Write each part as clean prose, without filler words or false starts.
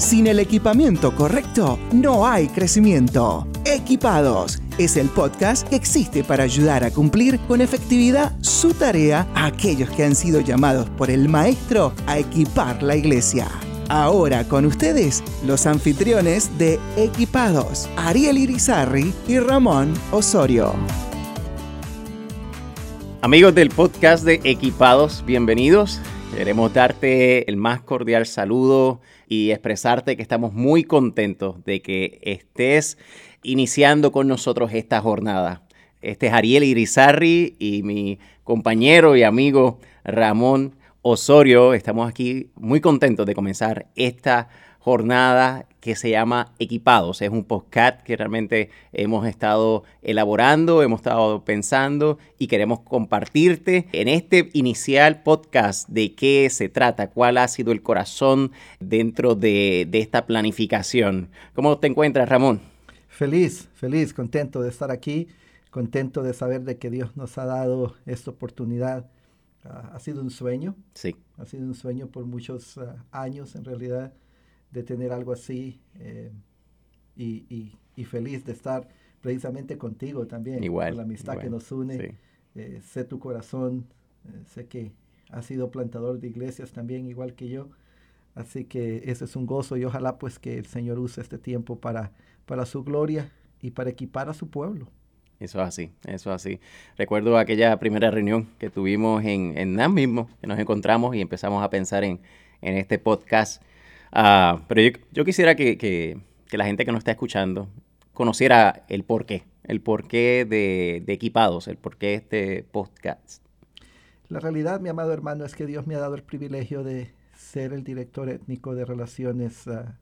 Sin el equipamiento correcto, no hay crecimiento. Equipados es el podcast que existe para ayudar a cumplir con efectividad su tarea a aquellos que han sido llamados por el Maestro a equipar la iglesia. Ahora con ustedes, los anfitriones de Equipados, Ariel Irizarry y Ramón Osorio. Amigos del podcast de Equipados, bienvenidos. Queremos darte el más cordial saludo y expresarte que estamos muy contentos de que estés iniciando con nosotros esta jornada. Este es Ariel Irizarry y mi compañero y amigo Ramón Osorio. Estamos aquí muy contentos de comenzar esta jornada que se llama Equipados. Es un podcast que realmente hemos estado elaborando, hemos estado pensando y queremos compartirte en este inicial podcast de qué se trata, cuál ha sido el corazón dentro de esta planificación. ¿Cómo te encuentras, Ramón? Feliz, contento de estar aquí, contento de saber de que Dios nos ha dado esta oportunidad. Ha sido un sueño. Sí. Ha sido un sueño por muchos años, en realidad, de tener algo así y feliz de estar precisamente contigo también. Igual. Por la amistad que nos une. Sí. Sé tu corazón, sé que has sido plantador de iglesias también, igual que yo. Así que ese es un gozo y ojalá pues que el Señor use este tiempo para su gloria y para equipar a su pueblo. Eso es así. Recuerdo aquella primera reunión que tuvimos en NAM mismo, que nos encontramos y empezamos a pensar en este podcast. Pero yo quisiera que la gente que nos está escuchando conociera el porqué de Equipados, el porqué de este podcast. La realidad, mi amado hermano, es que Dios me ha dado el privilegio de ser el director étnico de relaciones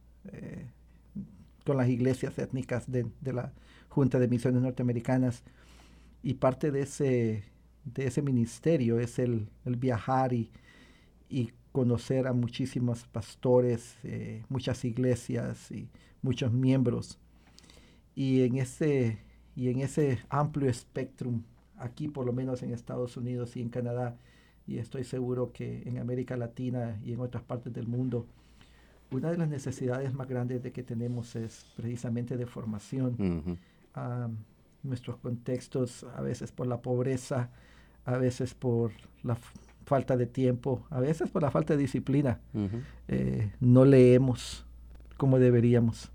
con las iglesias étnicas de la Junta de Misiones Norteamericanas, y parte de ese ministerio es el viajar y conocer a muchísimos pastores, muchas iglesias y muchos miembros, y en ese amplio espectro, aquí por lo menos en Estados Unidos y en Canadá, y estoy seguro que en América Latina y en otras partes del mundo, una de las necesidades más grandes de que tenemos es precisamente de formación. Uh-huh. Nuestros contextos, a veces por la pobreza, a veces por la falta de tiempo, a veces por la falta de disciplina, uh-huh. No leemos como deberíamos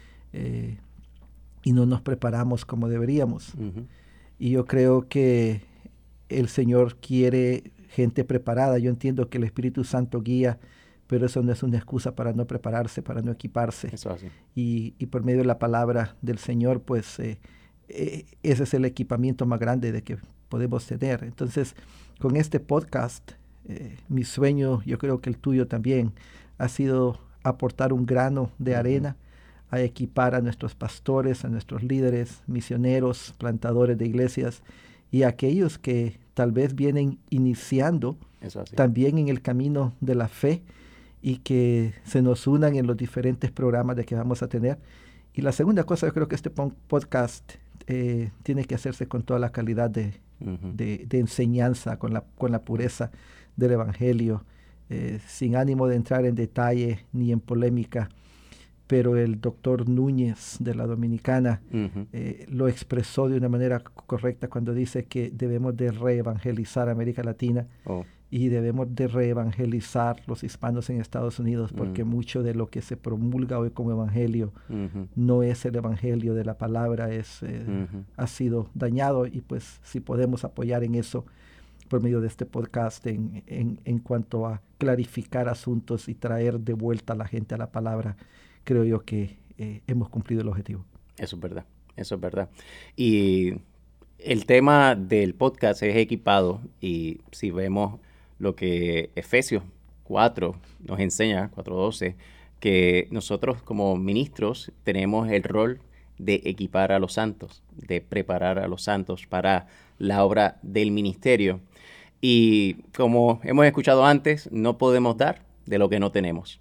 y no nos preparamos como deberíamos. Uh-huh. Y yo creo que el Señor quiere gente preparada. Yo entiendo que el Espíritu Santo guía, pero eso no es una excusa para no prepararse, para no equiparse. Eso así. Y por medio de la palabra del Señor, pues ese es el equipamiento más grande de que podemos tener. Entonces, con este podcast, mi sueño, yo creo que el tuyo también, ha sido aportar un grano de arena a equipar a nuestros pastores, a nuestros líderes, misioneros, plantadores de iglesias y a aquellos que tal vez vienen iniciando también en el camino de la fe, y que se nos unan en los diferentes programas de que vamos a tener. Y la segunda cosa, yo creo que este podcast tiene que hacerse con toda la calidad de enseñanza, con la pureza del Evangelio, sin ánimo de entrar en detalle ni en polémica. Pero el doctor Núñez de la Dominicana lo expresó de una manera correcta cuando dice que debemos de reevangelizar América Latina. Y debemos de reevangelizar los hispanos en Estados Unidos, porque mucho de lo que se promulga hoy como evangelio no es el evangelio de la palabra, ha sido dañado, y pues si podemos apoyar en eso por medio de este podcast en cuanto a clarificar asuntos y traer de vuelta a la gente a la palabra, creo yo que hemos cumplido el objetivo. Eso es verdad. Y el tema del podcast es equipado, y si vemos lo que Efesios 4 nos enseña, 4:12, que nosotros como ministros tenemos el rol de equipar a los santos, de preparar a los santos para la obra del ministerio. Y como hemos escuchado antes, no podemos dar de lo que no tenemos.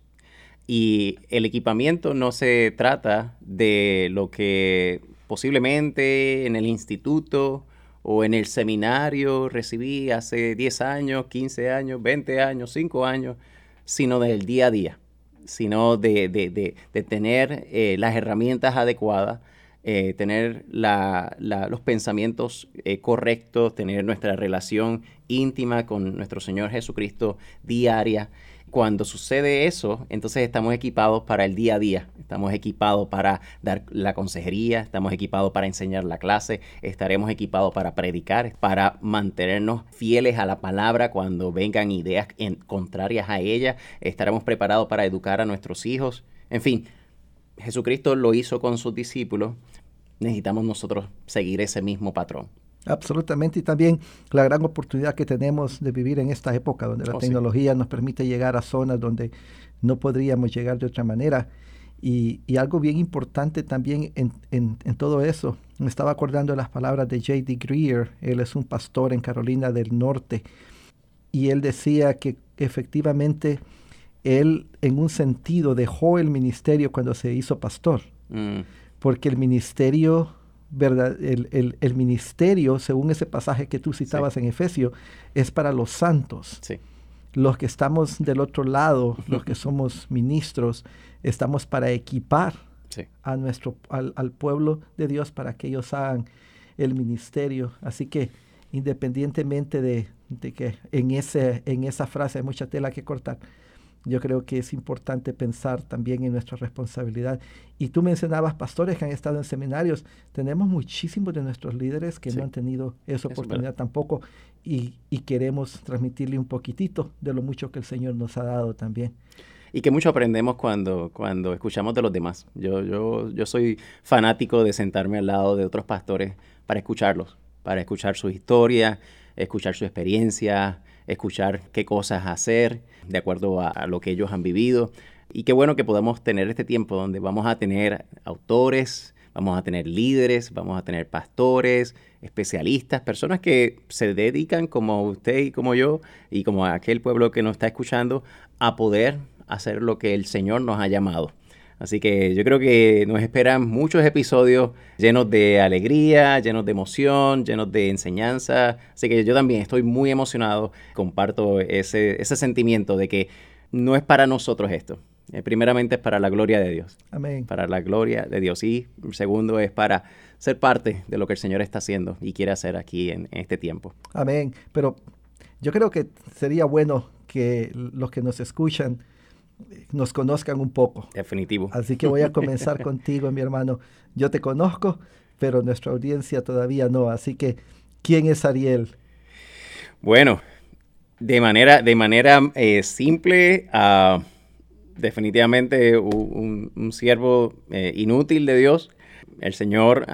Y el equipamiento no se trata de lo que posiblemente en el instituto o en el seminario recibí hace 10 años, 15 años, 20 años, 5 años, sino del día a día. sino de tener las herramientas adecuadas, tener los pensamientos correctos, tener nuestra relación íntima con nuestro Señor Jesucristo diaria. Cuando sucede eso, entonces estamos equipados para el día a día, estamos equipados para dar la consejería, estamos equipados para enseñar la clase, estaremos equipados para predicar, para mantenernos fieles a la palabra cuando vengan ideas contrarias a ella, estaremos preparados para educar a nuestros hijos. En fin, Jesucristo lo hizo con sus discípulos, necesitamos nosotros seguir ese mismo patrón. Absolutamente, y también la gran oportunidad que tenemos de vivir en esta época donde la tecnología nos permite llegar a zonas donde no podríamos llegar de otra manera. Y algo bien importante también en todo eso, me estaba acordando de las palabras de J.D. Greear. Él es un pastor en Carolina del Norte, y él decía que efectivamente él en un sentido dejó el ministerio cuando se hizo pastor, porque el ministerio... ¿verdad? El ministerio, según ese pasaje que tú citabas en Efesios, es para los santos. Sí. Los que estamos del otro lado, los que somos ministros, estamos para equipar al pueblo de Dios para que ellos hagan el ministerio. Así que independientemente de que en esa frase hay mucha tela que cortar, yo creo que es importante pensar también en nuestra responsabilidad. Y tú mencionabas pastores que han estado en seminarios. Tenemos muchísimos de nuestros líderes que no han tenido esa oportunidad tampoco, y queremos transmitirle un poquitito de lo mucho que el Señor nos ha dado también. Y que mucho aprendemos cuando escuchamos de los demás. Yo soy fanático de sentarme al lado de otros pastores para escucharlos, para escuchar su historia, escuchar su experiencia, escuchar qué cosas hacer de acuerdo a lo que ellos han vivido. Y qué bueno que podamos tener este tiempo donde vamos a tener autores, vamos a tener líderes, vamos a tener pastores, especialistas, personas que se dedican como usted y como yo y como aquel pueblo que nos está escuchando a poder hacer lo que el Señor nos ha llamado. Así que yo creo que nos esperan muchos episodios llenos de alegría, llenos de emoción, llenos de enseñanza. Así que yo también estoy muy emocionado. Comparto ese sentimiento de que no es para nosotros esto. Primeramente es para la gloria de Dios. Amén. Para la gloria de Dios. Y segundo es para ser parte de lo que el Señor está haciendo y quiere hacer aquí en este tiempo. Amén. Pero yo creo que sería bueno que los que nos escuchan nos conozcan un poco. Definitivo. Así que voy a comenzar contigo, mi hermano. Yo te conozco, pero nuestra audiencia todavía no. Así que, ¿quién es Ariel? Bueno, de manera simple, definitivamente un siervo inútil de Dios. El Señor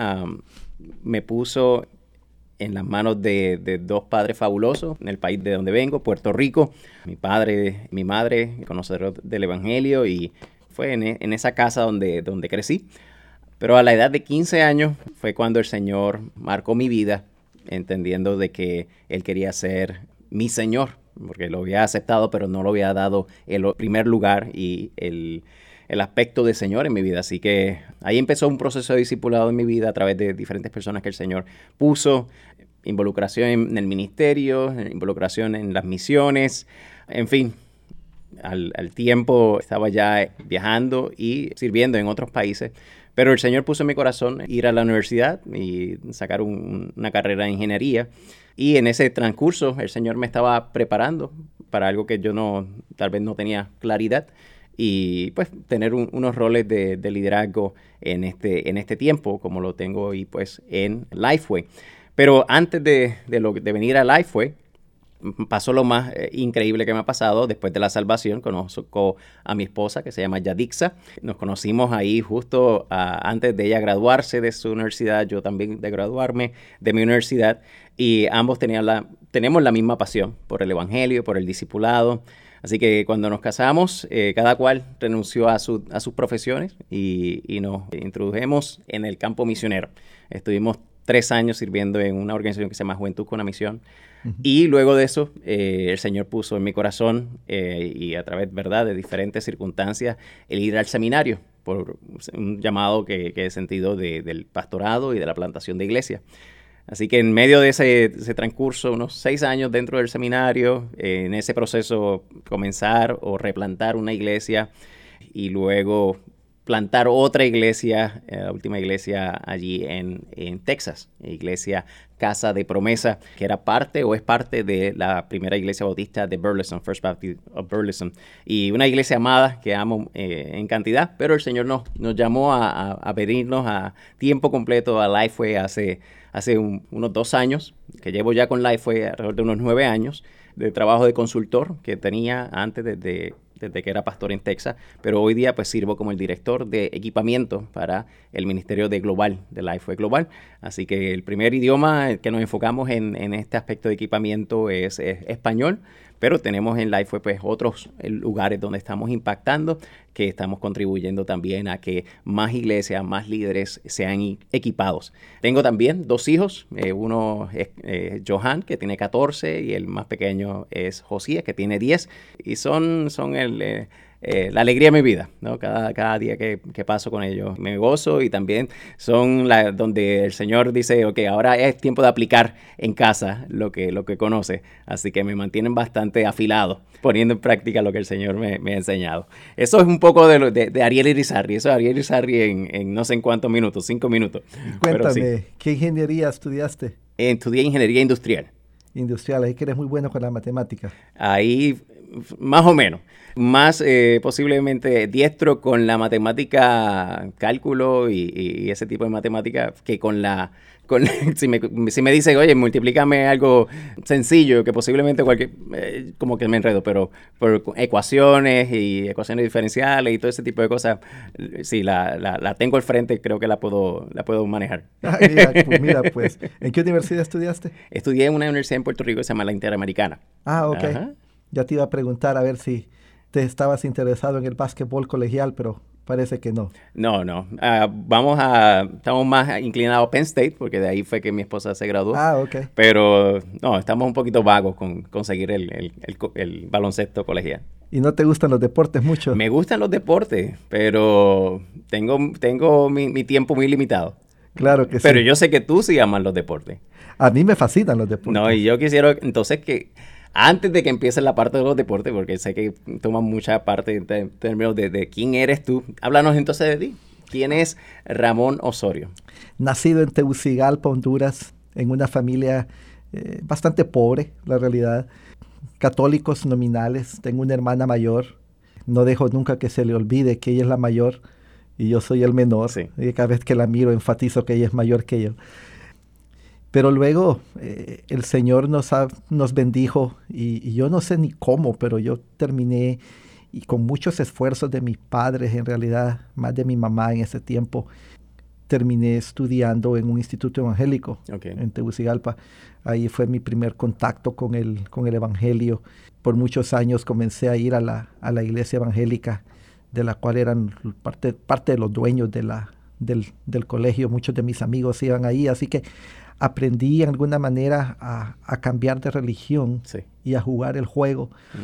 me puso en las manos de dos padres fabulosos en el país de donde vengo, Puerto Rico. Mi padre y mi madre, conocedores del Evangelio, y fue en esa casa donde crecí. Pero a la edad de 15 años fue cuando el Señor marcó mi vida, entendiendo de que Él quería ser mi Señor, porque lo había aceptado, pero no lo había dado el primer lugar y el aspecto de Señor en mi vida. Así que ahí empezó un proceso de discipulado en mi vida a través de diferentes personas que el Señor puso, involucración en el ministerio, involucración en las misiones, en fin. Al tiempo estaba ya viajando y sirviendo en otros países, pero el Señor puso en mi corazón ir a la universidad y sacar una carrera en ingeniería. Y en ese transcurso el Señor me estaba preparando para algo que yo tal vez no tenía claridad, y pues tener unos roles de liderazgo en este tiempo, como lo tengo hoy pues en Lifeway. Pero antes de venir a Lifeway, pasó lo más increíble que me ha pasado. Después de la salvación, conozco a mi esposa, que se llama Yadixa. Nos conocimos ahí justo antes de ella graduarse de su universidad, yo también de graduarme de mi universidad, y ambos tenemos la misma pasión por el Evangelio, por el discipulado. Así que cuando nos casamos, cada cual renunció a sus profesiones y nos introdujimos en el campo misionero. Estuvimos 3 años sirviendo en una organización que se llama Juventud con una Misión. Uh-huh. Y luego de eso, el Señor puso en mi corazón y a través, ¿verdad?, de diferentes circunstancias, el ir al seminario por un llamado que he sentido del pastorado y de la plantación de iglesia. Así que en medio de ese transcurso, unos 6 años dentro del seminario, en ese proceso comenzar o replantar una iglesia, y luego plantar otra iglesia, la última iglesia allí en Texas, iglesia Casa de Promesa, que era parte o es parte de la primera iglesia bautista de Burleson, First Baptist of Burleson, y una iglesia amada que amo en cantidad, pero el Señor nos llamó a venirnos a tiempo completo a Lifeway hace unos 2 años, que llevo ya con Lifeway alrededor de unos 9 años de trabajo de consultor que tenía antes desde que era pastor en Texas, pero hoy día pues sirvo como el director de equipamiento para el Ministerio de Global, de Lifeway Global. Así que el primer idioma que nos enfocamos en este aspecto de equipamiento es español, pero tenemos en Lifeway pues otros lugares donde estamos impactando, que estamos contribuyendo también a que más iglesias, más líderes sean equipados. Tengo también 2 hijos, uno es Johan, que tiene 14, y el más pequeño es Josías, que tiene 10, y son la alegría de mi vida, ¿no? Cada día que paso con ellos me gozo, y también son donde el Señor dice, ok, ahora es tiempo de aplicar en casa lo que conoce, así que me mantienen bastante afilado, poniendo en práctica lo que el Señor me ha enseñado. Eso es un poco de Ariel Irizarry, eso es Ariel Irizarry en no sé en cuántos minutos, 5 minutos. Cuéntame, sí. ¿Qué ingeniería estudiaste? Estudié ingeniería industrial. Industrial, ahí que eres muy bueno con la matemática. Ahí, más o menos. Más posiblemente diestro con la matemática, cálculo y ese tipo de matemática que si me dice, oye, multiplícame algo sencillo, que posiblemente como que me enredo, pero por ecuaciones y ecuaciones diferenciales y todo ese tipo de cosas, sí, la tengo al frente, creo que la puedo manejar. Mira, pues, ¿en qué universidad estudiaste? Estudié en una universidad en Puerto Rico que se llama la Interamericana. Ah, ok. Ajá. Ya te iba a preguntar a ver si te estabas interesado en el básquetbol colegial, pero parece que no. No. Estamos más inclinados a Penn State, porque de ahí fue que mi esposa se graduó. Ah, ok. Pero no, estamos un poquito vagos con conseguir el baloncesto colegial. ¿Y no te gustan los deportes mucho? Me gustan los deportes, pero tengo mi tiempo muy limitado. Claro que sí. Pero yo sé que tú sí amas los deportes. A mí me fascinan los deportes. No, y yo quisiera entonces que antes de que empiece la parte de los deportes, porque sé que toman mucha parte en términos de quién eres tú, háblanos entonces de ti. ¿Quién es Ramón Osorio? Nacido en Tegucigalpa, Honduras, en una familia bastante pobre, la realidad. Católicos nominales. Tengo una hermana mayor. No dejo nunca que se le olvide que ella es la mayor y yo soy el menor. Sí. Y cada vez que la miro enfatizo que ella es mayor que yo. Pero luego el Señor nos bendijo y yo no sé ni cómo, pero yo terminé, y con muchos esfuerzos de mis padres, en realidad, más de mi mamá en ese tiempo, terminé estudiando en un instituto evangélico en Tegucigalpa. Ahí fue mi primer contacto con el evangelio. Por muchos años comencé a ir a la iglesia evangélica, de la cual eran parte de los dueños del colegio. Muchos de mis amigos iban ahí, así que aprendí en alguna manera a cambiar de religión y a jugar el juego.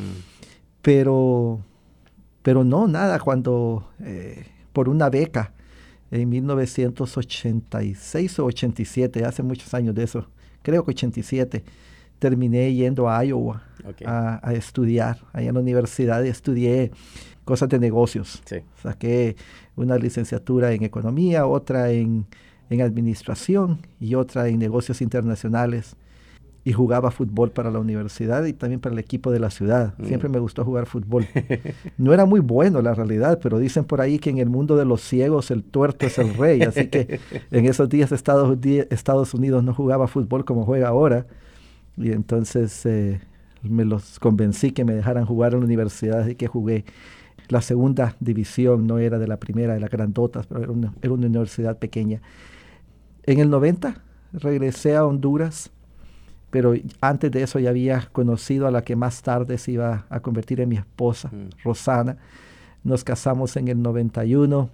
Pero no, nada, cuando por una beca en 1986 o 87, hace muchos años de eso, creo que 87, terminé yendo a Iowa a estudiar, allá en la universidad, y estudié cosas de negocios. Sí. Saqué una licenciatura en economía, otra en administración y otra en negocios internacionales, y jugaba fútbol para la universidad y también para el equipo de la ciudad. Siempre me gustó jugar fútbol. No era muy bueno, la realidad, pero dicen por ahí que en el mundo de los ciegos el tuerto es el rey, así que en esos días Estados Unidos no jugaba fútbol como juega ahora, y entonces me los convencí que me dejaran jugar en la universidad, así que jugué. La segunda división, no era de la primera, de las grandotas, pero era una universidad pequeña. En el 90 regresé a Honduras, pero antes de eso ya había conocido a la que más tarde se iba a convertir en mi esposa, Rosana. Nos casamos en el 91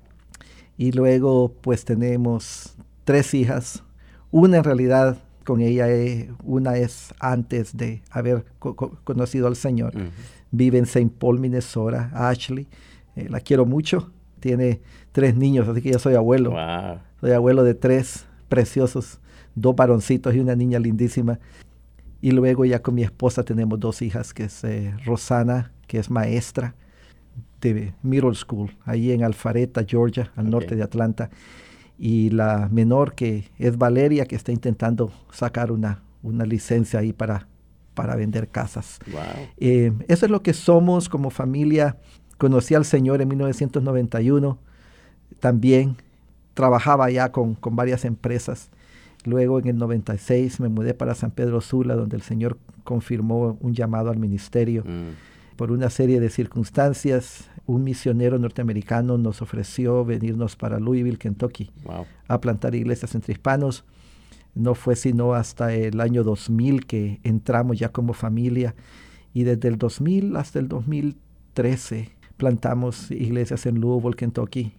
y luego pues tenemos 3 hijas. Una en realidad con ella, una es antes de haber conocido al Señor. Vive en St. Paul, Minnesota, Ashley. La quiero mucho. Tiene 3 niños, así que ya soy abuelo. Wow. Soy abuelo de 3 preciosos, 2 varoncitos y una niña lindísima. Y luego ya con mi esposa tenemos 2 hijas, que es Rosana, que es maestra, de middle school, ahí en Alpharetta, Georgia, al norte de Atlanta. Y la menor, que es Valeria, que está intentando sacar una licencia ahí para vender casas. Wow. Eso es lo que somos como familia. Conocí al Señor en 1991. También trabajaba ya con varias empresas. Luego en el 96 me mudé para San Pedro Sula, donde el Señor confirmó un llamado al ministerio. Por una serie de circunstancias, un misionero norteamericano nos ofreció venirnos para Louisville, Kentucky, a plantar iglesias entre hispanos. No fue sino hasta el año 2000 que entramos ya como familia, y desde el 2000 hasta el 2013 plantamos iglesias en Louisville, Kentucky.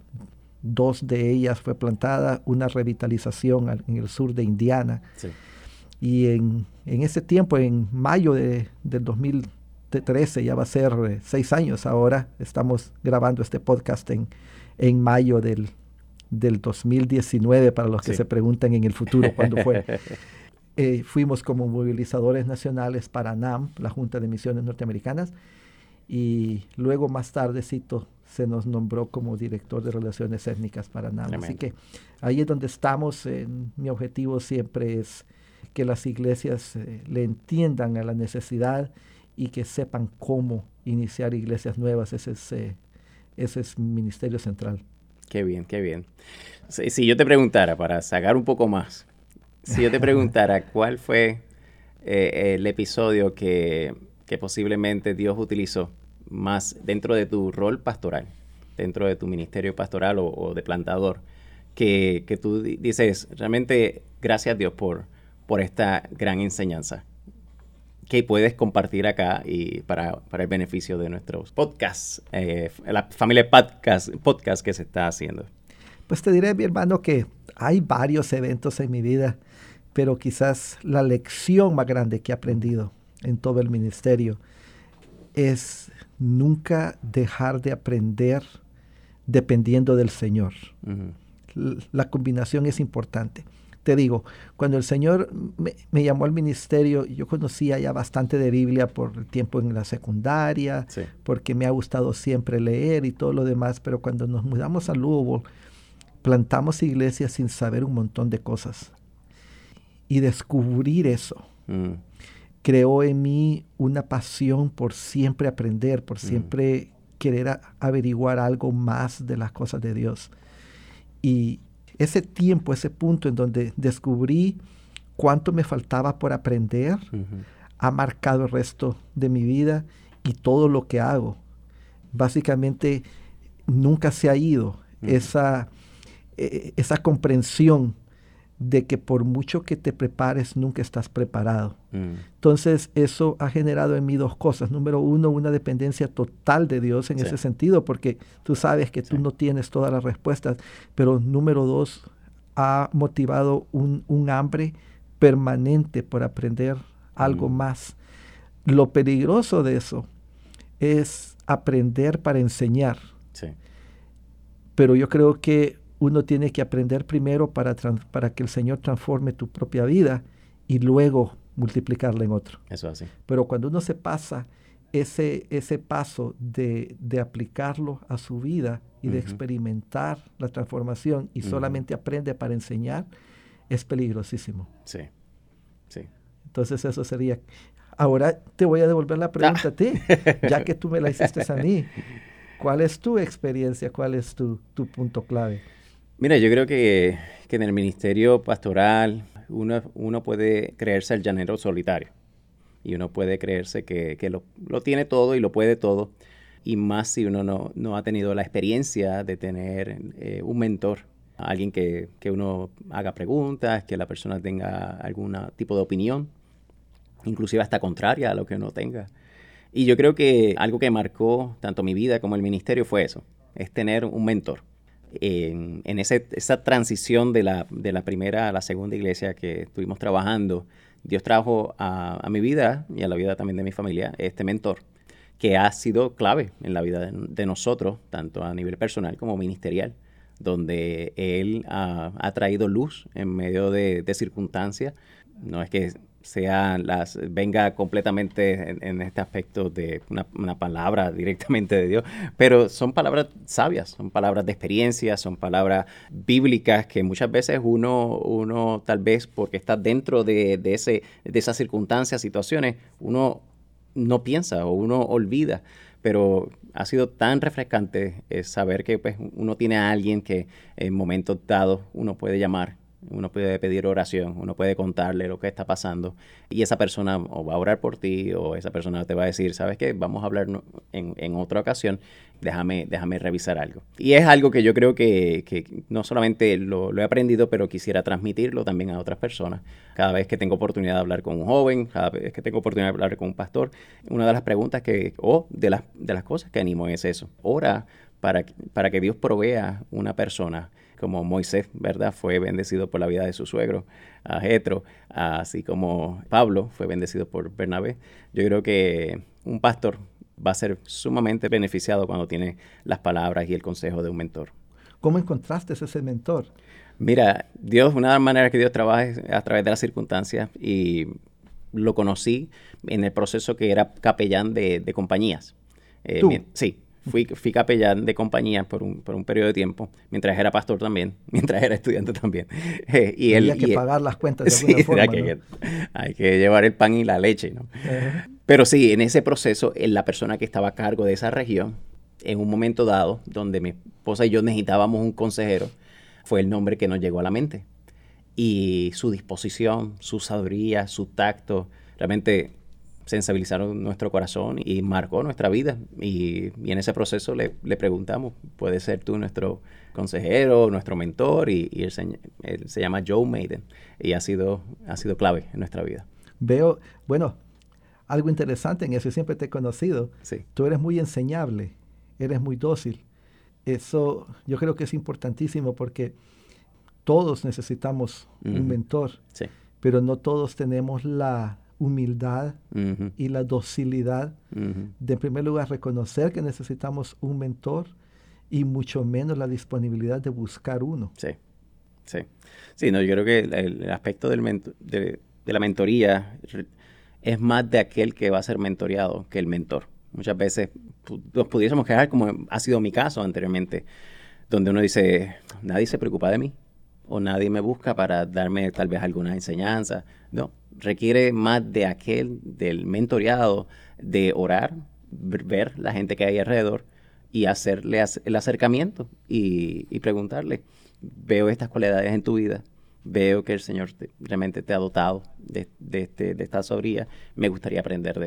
2 de ellas fue plantada, una revitalización en el sur de Indiana. Sí. Y en ese tiempo, en mayo del 2013, ya va a ser 6 años ahora, estamos grabando este podcast en mayo del 2019, para los que se preguntan en el futuro cuándo fue. Fuimos como movilizadores nacionales para NAM, la Junta de Misiones Norteamericanas, y luego más tardecito se nos nombró como director de Relaciones Étnicas para NAM. Tremendo. Así que ahí es donde estamos. Mi objetivo siempre es que las iglesias le entiendan a la necesidad y que sepan cómo iniciar iglesias nuevas. Ese es mi ministerio central. Qué bien, qué bien. Si yo te preguntara, para sacar un poco más, si yo te preguntara cuál fue el episodio que posiblemente Dios utilizó más dentro de tu rol pastoral, dentro de tu ministerio pastoral o de plantador, que tú dices, realmente gracias a Dios por esta gran enseñanza que puedes compartir acá y para el beneficio de nuestros podcasts, la familia podcast que se está haciendo. Pues te diré, mi hermano, que hay varios eventos en mi vida, pero quizás la lección más grande que he aprendido en todo el ministerio es nunca dejar de aprender dependiendo del Señor. La combinación es importante. Te digo, cuando el Señor me llamó al ministerio, yo conocía ya bastante de Biblia por el tiempo en la secundaria, porque me ha gustado siempre leer y todo lo demás, pero cuando nos mudamos a Louisville, plantamos iglesias sin saber un montón de cosas. Y descubrir eso creó en mí una pasión por siempre aprender, por siempre querer averiguar algo más de las cosas de Dios. Y ese tiempo, ese punto en donde descubrí cuánto me faltaba por aprender, ha marcado el resto de mi vida y todo lo que hago. Básicamente, nunca se ha ido esa comprensión de que por mucho que te prepares, nunca estás preparado. Entonces, eso ha generado en mí 2 cosas. Número 1, una dependencia total de Dios en ese sentido, porque tú sabes que tú no tienes todas las respuestas. Pero número 2, ha motivado un hambre permanente por aprender algo más. Lo peligroso de eso es aprender para enseñar. Pero yo creo que uno tiene que aprender primero para que el Señor transforme tu propia vida y luego multiplicarla en otro. Eso así. Pero cuando uno se pasa ese paso de aplicarlo a su vida y de experimentar la transformación y solamente aprende para enseñar, es peligrosísimo. Sí. Entonces eso sería. Ahora te voy a devolver la pregunta a ti, ya que tú me la hiciste a mí. ¿Cuál es tu experiencia? ¿Cuál es tu punto clave? Mira, yo creo que en el ministerio pastoral uno puede creerse el llanero solitario y uno puede creerse que lo tiene todo y lo puede todo, y más si uno no ha tenido la experiencia de tener un mentor, alguien que uno haga preguntas, que la persona tenga algún tipo de opinión, inclusive hasta contraria a lo que uno tenga. Y yo creo que algo que marcó tanto mi vida como el ministerio fue eso, es tener un mentor. En esa transición de la primera a la segunda iglesia que estuvimos trabajando, Dios trajo a mi vida y a la vida también de mi familia este mentor que ha sido clave en la vida de nosotros, tanto a nivel personal como ministerial, donde Él ha traído luz en medio de circunstancias. No es que venga completamente en este aspecto de una palabra directamente de Dios, pero son palabras sabias, son palabras de experiencia, son palabras bíblicas que muchas veces uno tal vez porque está dentro de esas circunstancias, situaciones, uno no piensa o uno olvida, pero ha sido tan refrescante saber que pues, uno tiene a alguien que en momentos dados uno puede llamar, uno puede pedir oración, uno puede contarle lo que está pasando y esa persona o va a orar por ti o esa persona te va a decir, ¿sabes qué? Vamos a hablar en otra ocasión, déjame revisar algo. Y es algo que yo creo que no solamente lo he aprendido, pero quisiera transmitirlo también a otras personas. Cada vez que tengo oportunidad de hablar con un joven, cada vez que tengo oportunidad de hablar con un pastor, una de las preguntas de las cosas que animo es eso. Ora para que Dios provea una persona como Moisés, ¿verdad? Fue bendecido por la vida de su suegro, a Jetro, así como Pablo fue bendecido por Bernabé. Yo creo que un pastor va a ser sumamente beneficiado cuando tiene las palabras y el consejo de un mentor. ¿Cómo encontraste ese mentor? Mira, una de las maneras que Dios trabaja es a través de las circunstancias y lo conocí en el proceso que era capellán de compañías. ¿Tú? Sí. Fui capellán de compañía por un periodo de tiempo, mientras era pastor también, mientras era estudiante también. Había que pagar las cuentas de alguna forma, ¿no? Hay que llevar el pan y la leche, ¿no? Pero sí, en ese proceso, la persona que estaba a cargo de esa región, en un momento dado, donde mi esposa y yo necesitábamos un consejero, fue el nombre que nos llegó a la mente. Y su disposición, su sabiduría, su tacto, realmente sensibilizaron nuestro corazón y marcó nuestra vida. Y en ese proceso le preguntamos, ¿puedes ser tú nuestro consejero, nuestro mentor? Y él se llama Joe Maiden y ha sido clave en nuestra vida. Veo, bueno, algo interesante en eso, siempre te he conocido. Sí. Tú eres muy enseñable, eres muy dócil. Eso yo creo que es importantísimo porque todos necesitamos un mentor, sí. pero no todos tenemos la humildad y la docilidad de, en primer lugar, reconocer que necesitamos un mentor y mucho menos la disponibilidad de buscar uno. Sí, sí. Sí, no, yo creo que el aspecto de la mentoría es más de aquel que va a ser mentoreado que el mentor. Muchas veces nos pudiésemos quejar, como ha sido mi caso anteriormente, donde uno dice, nadie se preocupa de mí o nadie me busca para darme tal vez alguna enseñanza. No, requiere más del mentoreado, de orar, ver la gente que hay alrededor y hacerle el acercamiento y preguntarle, veo estas cualidades en tu vida, veo que el Señor realmente te ha dotado de esta sabiduría, me gustaría aprender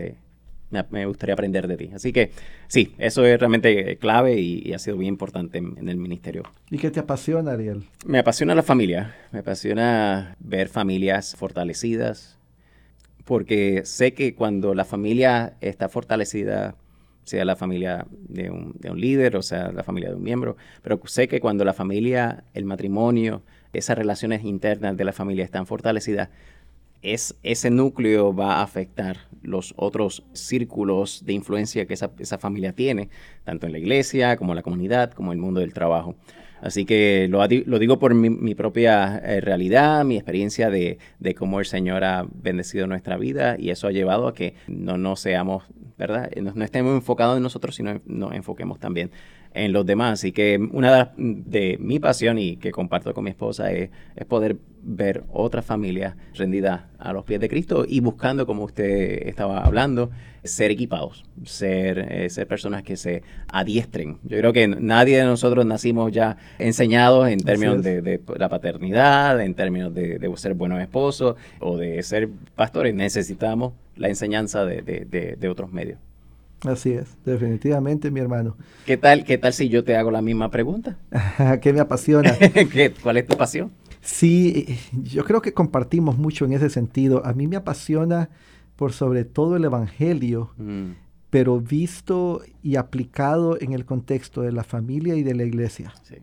de ti. Así que sí, eso es realmente clave y ha sido bien importante en el ministerio. ¿Y qué te apasiona, Ariel? Me apasiona la familia, me apasiona ver familias fortalecidas, porque sé que cuando la familia está fortalecida, sea la familia de un líder o sea la familia de un miembro, pero sé que cuando la familia, el matrimonio, esas relaciones internas de la familia están fortalecidas, ese núcleo va a afectar los otros círculos de influencia que esa familia tiene, tanto en la iglesia, como en la comunidad, como en el mundo del trabajo. Así que lo digo por mi propia realidad, mi experiencia de cómo el Señor ha bendecido nuestra vida y eso ha llevado a que no seamos, ¿verdad? No estemos enfocados en nosotros, sino nos enfoquemos también en los demás. Así que una de mi pasión y que comparto con mi esposa es poder ver otras familias rendidas a los pies de Cristo y buscando, como usted estaba hablando, ser equipados, ser personas que se adiestren. Yo creo que nadie de nosotros nacimos ya enseñados en términos de la paternidad, en términos de ser buenos esposos o de ser pastores. Necesitamos la enseñanza de otros medios. Así es, definitivamente, mi hermano. ¿Qué tal si yo te hago la misma pregunta? ¿Qué me apasiona? ¿Cuál es tu pasión? Sí, yo creo que compartimos mucho en ese sentido. A mí me apasiona por sobre todo el Evangelio, pero visto y aplicado en el contexto de la familia y de la iglesia. Sí.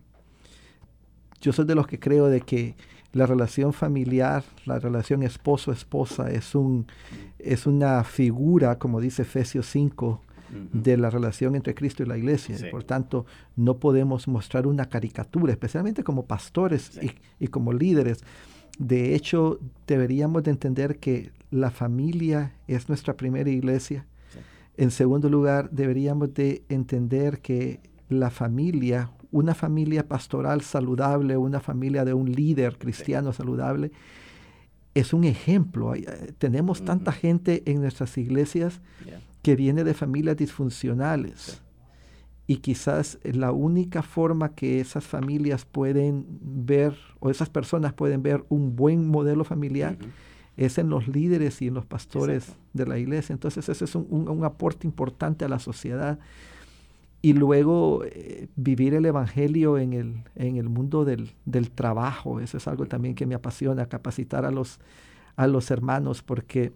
Yo soy de los que creo de que la relación familiar, la relación esposo-esposa es una figura, como dice Efesios 5, de la relación entre Cristo y la iglesia. Sí. Por tanto, no podemos mostrar una caricatura, especialmente como pastores y como líderes. De hecho, deberíamos de entender que la familia es nuestra primera iglesia. Sí. En segundo lugar, deberíamos de entender que la familia, una familia pastoral saludable, una familia de un líder cristiano saludable, es un ejemplo. Tenemos tanta gente en nuestras iglesias que viene de familias disfuncionales. Y quizás la única forma que esas familias pueden ver, o esas personas pueden ver un buen modelo familiar, es en los líderes y en los pastores de la iglesia. Entonces ese es un aporte importante a la sociedad. Y luego vivir el evangelio en el mundo del trabajo. Eso es algo también que me apasiona, capacitar a los hermanos, porque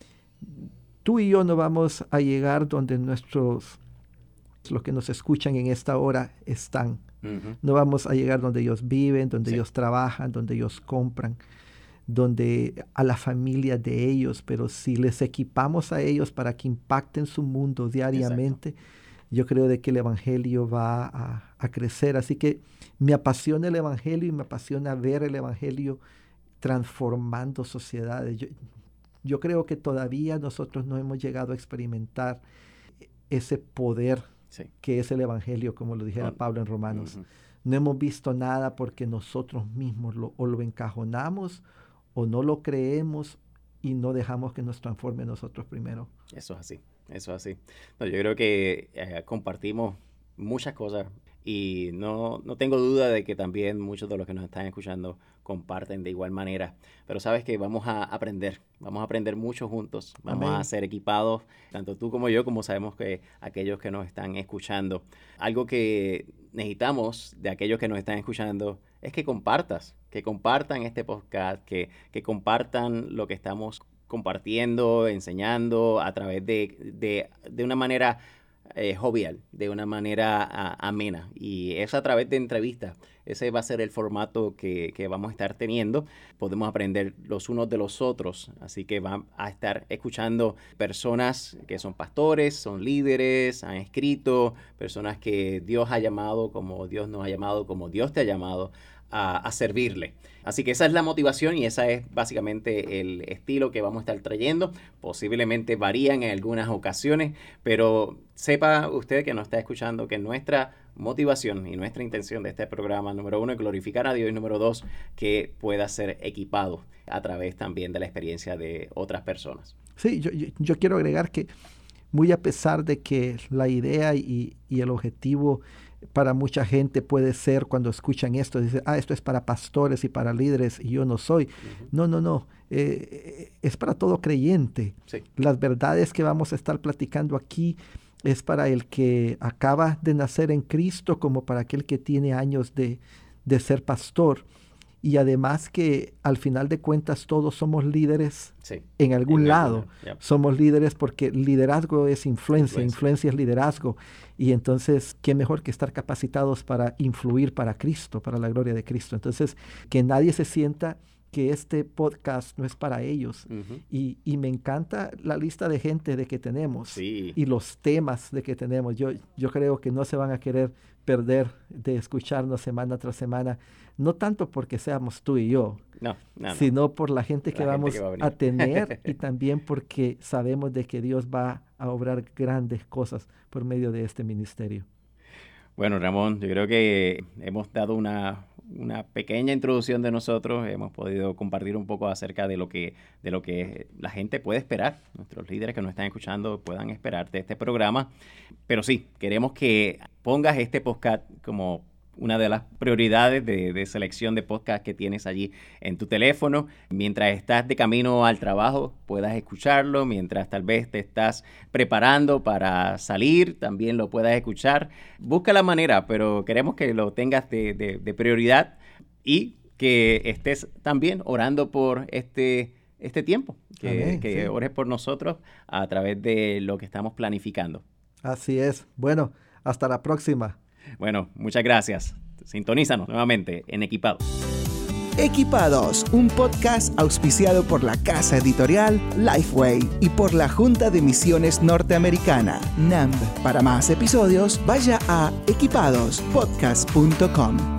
tú y yo no vamos a llegar donde los que nos escuchan en esta hora están. No vamos a llegar donde ellos viven, donde ellos trabajan, donde ellos compran, a la familia de ellos, pero si les equipamos a ellos para que impacten su mundo diariamente, yo creo de que el evangelio va a crecer. Así que me apasiona el evangelio y me apasiona ver el evangelio transformando sociedades. Yo creo que todavía nosotros no hemos llegado a experimentar ese poder que es el evangelio, como lo dijera Pablo en Romanos. No hemos visto nada porque nosotros mismos o lo encajonamos o no lo creemos y no dejamos que nos transforme a nosotros primero. Eso es así. No, yo creo que compartimos muchas cosas y no tengo duda de que también muchos de los que nos están escuchando comparten de igual manera. Pero sabes que vamos a aprender mucho juntos, vamos a ser equipados, tanto tú como yo, como sabemos que aquellos que nos están escuchando. Algo que necesitamos de aquellos que nos están escuchando es que compartan este podcast, que compartan lo que estamos compartiendo, enseñando a través de una manera jovial, de una manera amena, y es a través de entrevistas. Ese va a ser el formato que vamos a estar teniendo. Podemos aprender los unos de los otros, así que van a estar escuchando personas que son pastores, son líderes, han escrito, personas que Dios ha llamado como Dios nos ha llamado, como Dios te ha llamado a servirle. Así que esa es la motivación y esa es básicamente el estilo que vamos a estar trayendo. Posiblemente varían en algunas ocasiones, pero sepa usted que nos está escuchando que nuestra motivación y nuestra intención de este programa, número 1, es glorificar a Dios, y número 2, que pueda ser equipado a través también de la experiencia de otras personas. Sí, yo quiero agregar que muy a pesar de que la idea y el objetivo para mucha gente puede ser, cuando escuchan esto, dicen, esto es para pastores y para líderes y yo no soy. No. Es para todo creyente. Sí. Las verdades que vamos a estar platicando aquí es para el que acaba de nacer en Cristo, como para aquel que tiene años de ser pastor. Y además que al final de cuentas todos somos líderes en algún lado. Somos líderes porque liderazgo es influencia es liderazgo. Y entonces, ¿qué mejor que estar capacitados para influir para Cristo, para la gloria de Cristo? Entonces, que nadie se sienta que este podcast no es para ellos. Y me encanta la lista de gente de que tenemos y los temas de que tenemos. Yo creo que no se van a querer perder de escucharnos semana tras semana, no tanto porque seamos tú y yo, sino por la gente que vamos a tener y también porque sabemos de que Dios va a obrar grandes cosas por medio de este ministerio. Bueno, Ramón, yo creo que hemos dado una pequeña introducción de nosotros, hemos podido compartir un poco acerca de lo que la gente puede esperar, nuestros líderes que nos están escuchando puedan esperar de este programa, pero sí, queremos que pongas este podcast como una de las prioridades de selección de podcast que tienes allí en tu teléfono. Mientras estás de camino al trabajo, puedas escucharlo. Mientras tal vez te estás preparando para salir, también lo puedas escuchar. Busca la manera, pero queremos que lo tengas de prioridad y que estés también orando por este tiempo. Que ores por nosotros a través de lo que estamos planificando. Así es. Bueno, hasta la próxima. Bueno, muchas gracias. Sintonízanos nuevamente en Equipados. Equipados, un podcast auspiciado por la casa editorial Lifeway y por la Junta de Misiones Norteamericana, NAMB. Para más episodios, vaya a equipadospodcast.com.